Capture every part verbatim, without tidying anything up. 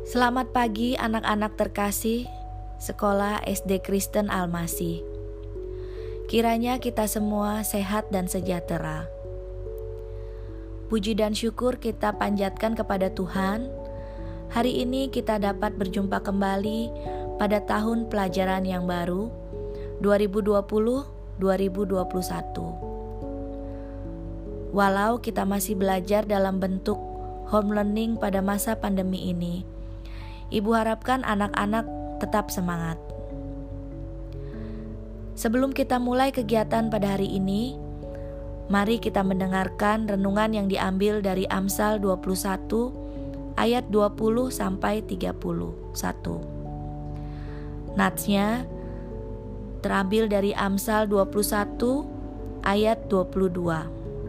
Selamat pagi anak-anak terkasih Sekolah S D Kristen Almasih. Kiranya kita semua sehat dan sejahtera. Puji dan syukur kita panjatkan kepada Tuhan. Hari ini kita dapat berjumpa kembali pada tahun pelajaran yang baru dua ribu dua puluh dua ribu dua puluh satu. Walau kita masih belajar dalam bentuk home learning pada masa pandemi ini, Ibu harapkan anak-anak tetap semangat. Sebelum kita mulai kegiatan pada hari ini, mari kita mendengarkan renungan yang diambil dari Amsal dua puluh satu ayat dua puluh sampai tiga puluh satu. Natsnya terambil dari Amsal dua puluh satu ayat dua puluh dua.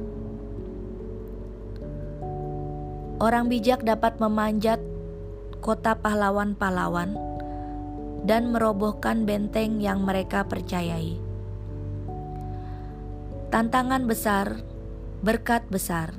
Orang bijak dapat memanjat kota pahlawan-pahlawan dan merobohkan benteng yang mereka percayai. Tantangan besar, berkat besar.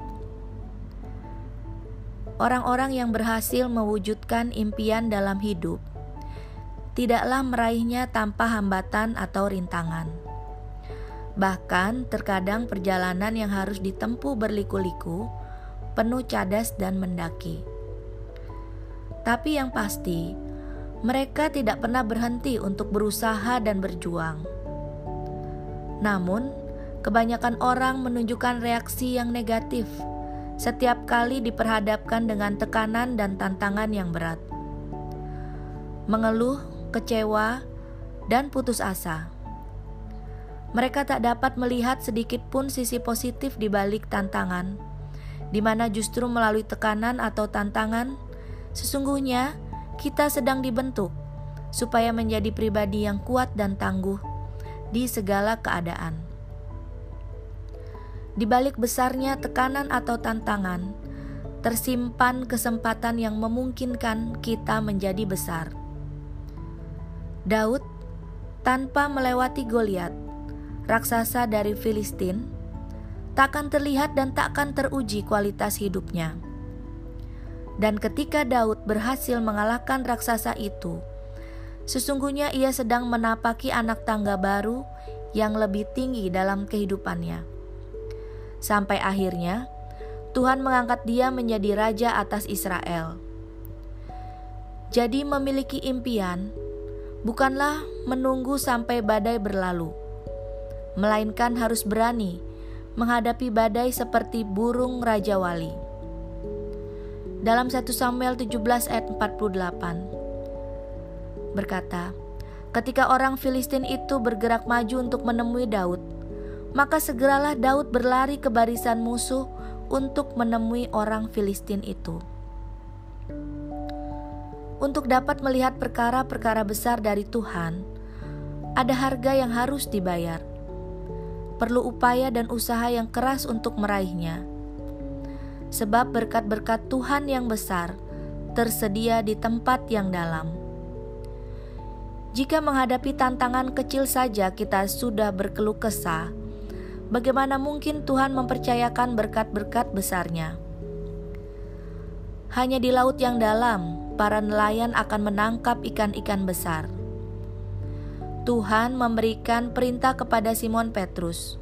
Orang-orang yang berhasil mewujudkan impian dalam hidup tidaklah meraihnya tanpa hambatan atau rintangan. Bahkan terkadang perjalanan yang harus ditempuh berliku-liku, penuh cadas dan mendaki. Tapi yang pasti, mereka tidak pernah berhenti untuk berusaha dan berjuang. Namun, kebanyakan orang menunjukkan reaksi yang negatif setiap kali diperhadapkan dengan tekanan dan tantangan yang berat. Mengeluh, kecewa, dan putus asa. Mereka tak dapat melihat sedikit pun sisi positif di balik tantangan, di mana justru melalui tekanan atau tantangan, sesungguhnya kita sedang dibentuk supaya menjadi pribadi yang kuat dan tangguh di segala keadaan. Di balik besarnya tekanan atau tantangan, tersimpan kesempatan yang memungkinkan kita menjadi besar. Daud, tanpa melewati Goliat, raksasa dari Filistin, takkan terlihat dan takkan teruji kualitas hidupnya. Dan ketika Daud berhasil mengalahkan raksasa itu, sesungguhnya ia sedang menapaki anak tangga baru yang lebih tinggi dalam kehidupannya. Sampai akhirnya, Tuhan mengangkat dia menjadi raja atas Israel. Jadi memiliki impian bukanlah menunggu sampai badai berlalu, melainkan harus berani menghadapi badai seperti burung Raja Wali. Dalam satu Samuel tujuh belas ayat empat puluh delapan berkata, ketika orang Filistin itu bergerak maju untuk menemui Daud, maka segeralah Daud berlari ke barisan musuh untuk menemui orang Filistin itu. Untuk dapat melihat perkara-perkara besar dari Tuhan, ada harga yang harus dibayar. Perlu upaya dan usaha yang keras untuk meraihnya. Sebab berkat-berkat Tuhan yang besar tersedia di tempat yang dalam. Jika menghadapi tantangan kecil saja kita sudah berkeluh kesah, bagaimana mungkin Tuhan mempercayakan berkat-berkat besarnya? Hanya di laut yang dalam, para nelayan akan menangkap ikan-ikan besar. Tuhan memberikan perintah kepada Simon Petrus,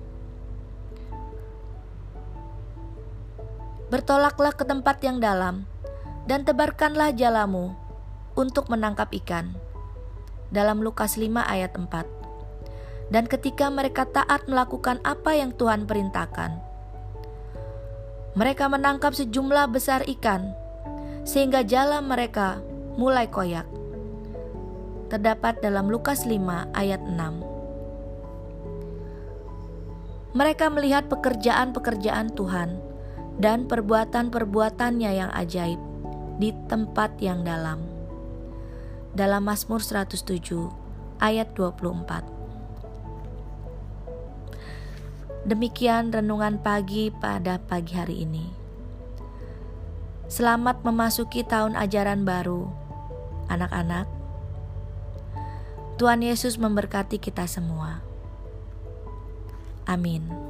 bertolaklah ke tempat yang dalam dan tebarkanlah jalamu untuk menangkap ikan. Dalam Lukas lima ayat empat. Dan ketika mereka taat melakukan apa yang Tuhan perintahkan, mereka menangkap sejumlah besar ikan, sehingga jala mereka mulai koyak. Terdapat dalam Lukas lima ayat enam. Mereka melihat pekerjaan-pekerjaan Tuhan dan perbuatan-perbuatannya yang ajaib di tempat yang dalam. Dalam Mazmur seratus tujuh ayat dua puluh empat. Demikian renungan pagi pada pagi hari ini. Selamat memasuki tahun ajaran baru, anak-anak. Tuhan Yesus memberkati kita semua. Amin.